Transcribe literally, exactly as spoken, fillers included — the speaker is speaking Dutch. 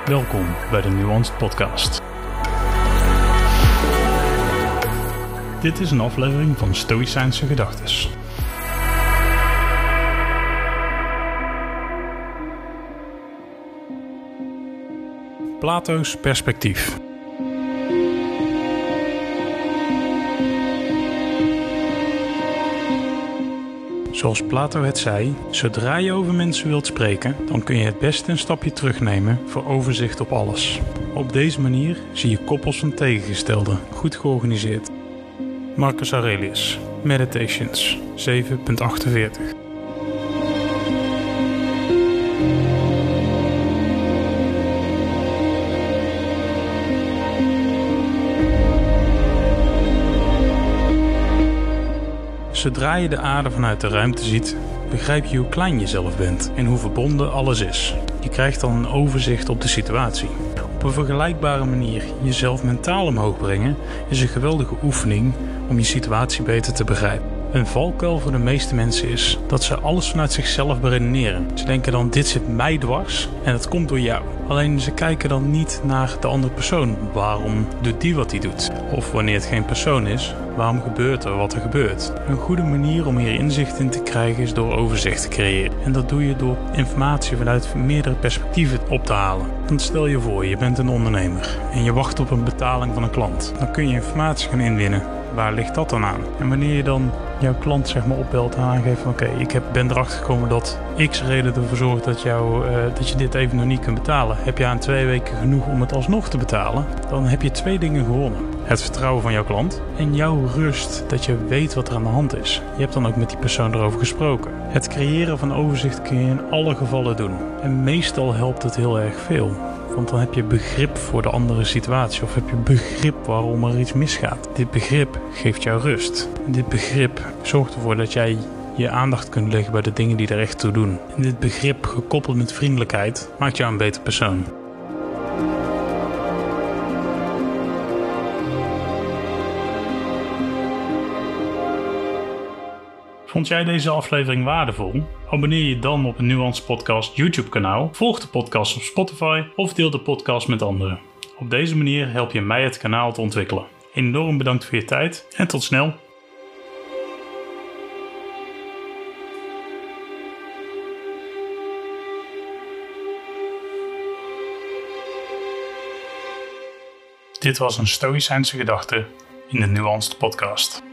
Welkom bij de Nuanced Podcast. Dit is een aflevering van Stoïcijnse Gedachtes. Plato's perspectief. Zoals Plato het zei, zodra je over mensen wilt spreken, dan kun je het beste een stapje terugnemen voor overzicht op alles. Op deze manier zie je koppels van tegengestelde, goed georganiseerd. Marcus Aurelius, Meditations, zeven punt achtenveertig. Zodra je de aarde vanuit de ruimte ziet, begrijp je hoe klein je zelf bent en hoe verbonden alles is. Je krijgt dan een overzicht op de situatie. Op een vergelijkbare manier jezelf mentaal omhoog brengen is een geweldige oefening om je situatie beter te begrijpen. Een valkuil voor de meeste mensen is dat ze alles vanuit zichzelf beredeneren. Ze denken dan, dit zit mij dwars en dat komt door jou. Alleen ze kijken dan niet naar de andere persoon. Waarom doet die wat hij doet? Of wanneer het geen persoon is, waarom gebeurt er wat er gebeurt? Een goede manier om hier inzicht in te krijgen is door overzicht te creëren. En dat doe je door informatie vanuit meerdere perspectieven op te halen. Want stel je voor, je bent een ondernemer en je wacht op een betaling van een klant. Dan kun je informatie gaan inwinnen. Waar ligt dat dan aan? En wanneer je dan jouw klant zeg maar opbelt en aangeeft van oké, okay, ik heb, ben erachter gekomen dat x reden ervoor zorgt dat, jou, uh, dat je dit even nog niet kunt betalen. Heb je aan twee weken genoeg om het alsnog te betalen? Dan heb je twee dingen gewonnen. Het vertrouwen van jouw klant en jouw rust dat je weet wat er aan de hand is. Je hebt dan ook met die persoon erover gesproken. Het creëren van overzicht kun je in alle gevallen doen. En meestal helpt het heel erg veel. Want dan heb je begrip voor de andere situatie of heb je begrip waarom er iets misgaat. Dit begrip geeft jou rust. En dit begrip zorgt ervoor dat jij je aandacht kunt leggen bij de dingen die er echt toe doen. En dit begrip, gekoppeld met vriendelijkheid, maakt jou een beter persoon. Vond jij deze aflevering waardevol? Abonneer je dan op een Nuanced Podcast YouTube kanaal, volg de podcast op Spotify of deel de podcast met anderen. Op deze manier help je mij het kanaal te ontwikkelen. Enorm bedankt voor je tijd en tot snel! Dit was een Stoïcijnse Gedachte in de Nuanced Podcast.